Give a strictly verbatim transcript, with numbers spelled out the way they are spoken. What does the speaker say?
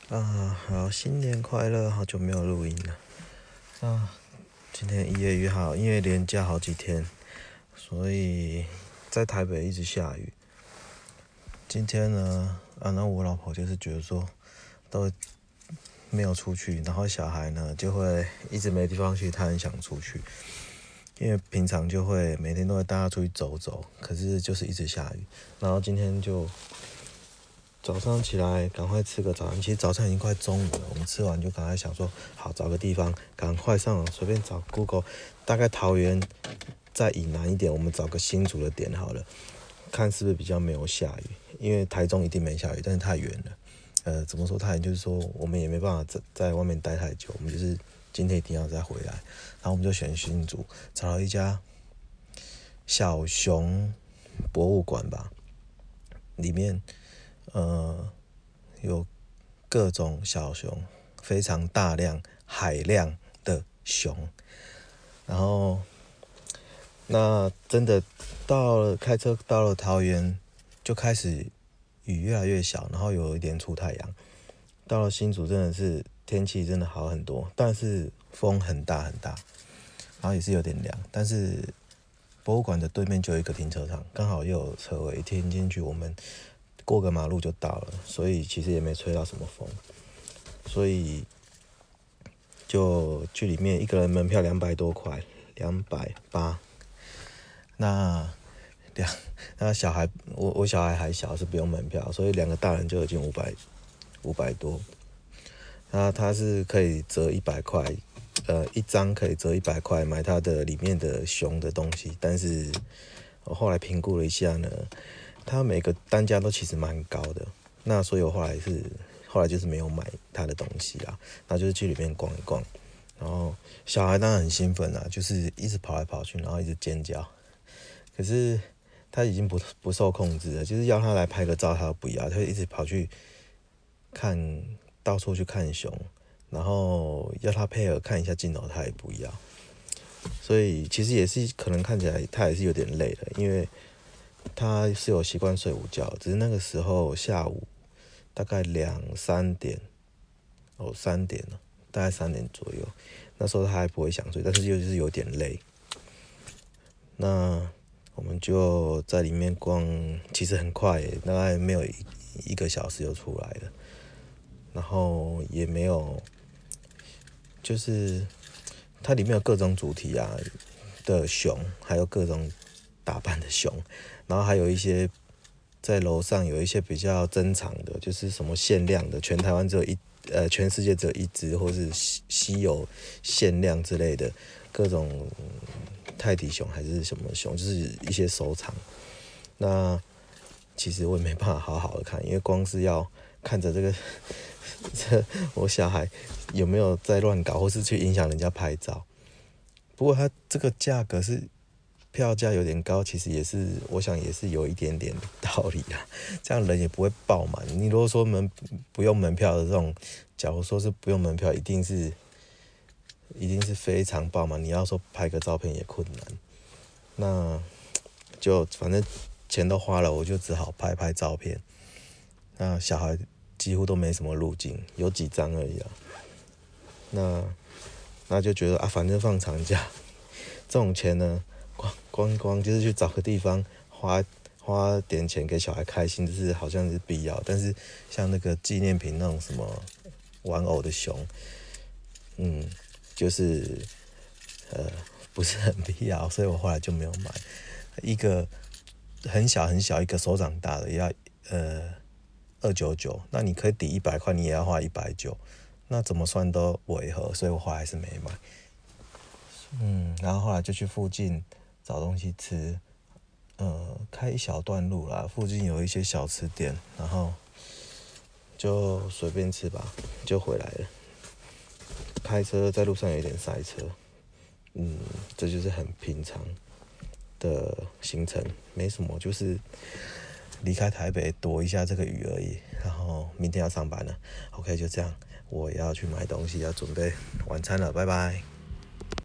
啊，好，新年快乐！好久没有录音了。啊，今天一月一号，因为连假好几天，所以在台北一直下雨。今天呢，啊，那我老婆就是觉得说，都没有出去，然后小孩呢就会一直没地方去，他很想出去，因为平常就会每天都会带他出去走走，可是就是一直下雨，然后今天就。早上起来赶快吃个早餐，其实早餐已经快中午了。我们吃完就赶快想说，好找个地方，赶快上网随便找 Google， 大概桃园再以南一点，我们找个新竹的点好了，看是不是比较没有下雨。因为台中一定没下雨，但是太远了。呃，怎么说太远？就是说我们也没办法在在外面待太久，我们就是今天一定要再回来。然后我们就选新竹，找了一家小熊博物馆吧，里面。呃，有各种小熊，非常大量、海量的熊。然后，那真的到了开车到了桃园，就开始雨越来越小，然后有一点出太阳。到了新竹真的是天气真的好很多，但是风很大很大，然后也是有点凉。但是博物馆的对面就有一个停车场，刚好又有车位，一停进去我们。过个马路就到了，所以其实也没吹到什么风，所以就去里面一个人门票两百多块，两百八。那两那小孩，我我小孩还小，是不用门票，所以两个大人就已经五百五百多。那他是可以折一百块，呃，一张可以折一百块买它的里面的熊的东西，但是我后来评估了一下呢。它每个单价都其实蛮高的，那所以我后来是后来就是没有买它的东西啦，那就是去里面逛一逛，然后小孩当然很兴奋啦，就是一直跑来跑去，然后一直尖叫，可是他已经不不受控制了，就是要他来拍个照，他都不要，他就一直跑去看到处去看熊，然后要他配合看一下镜头，他也不要，所以其实也是可能看起来他也是有点累了，因为。他是有习惯睡午觉，只是那个时候下午大概两三点，哦三点了，大概三点左右。那时候他还不会想睡，但是就是有点累。那我们就在里面逛，其实很快耶，大概没有一一个小时就出来了。然后也没有，就是它里面有各种主题啊的熊，还有各种打扮的熊。然后还有一些在楼上有一些比较珍藏的，就是什么限量的，全台湾只有一呃，全世界只有一只，或是稀有限量之类的各种泰迪熊还是什么熊，就是一些收藏。那其实我也没办法好好的看，因为光是要看着这个这我小孩有没有在乱搞，或是去影响人家拍照。不过它这个价格是。票价有点高，其实也是，我想也是有一点点道理啦。这样人也不会爆满。你如果说门不用门票的这种，假如说是不用门票，一定是一定是非常爆满。你要说拍个照片也困难。那就反正钱都花了，我就只好拍拍照片。那小孩几乎都没什么入镜，有几张而已啊。那那就觉得啊，反正放长假，这种钱呢。光光光就是去找个地方花花点钱给小孩开心，就是好像是必要。但是像那个纪念品那种什么玩偶的熊，嗯，就是呃不是很必要，所以我后来就没有买。一个很小很小一个手掌大的也要呃二九九，那你可以抵一百块，你也要花一百九，那怎么算都违和，所以我后来还是没买。嗯，然后后来就去附近。找东西吃，呃，开一小段路啦，附近有一些小吃店，然后就随便吃吧，就回来了。开车在路上有点塞车，嗯，这就是很平常的行程，没什么，就是离开台北躲一下这个雨而已。然后明天要上班了 ，OK， 就这样，我要去买东西，要准备晚餐了，拜拜。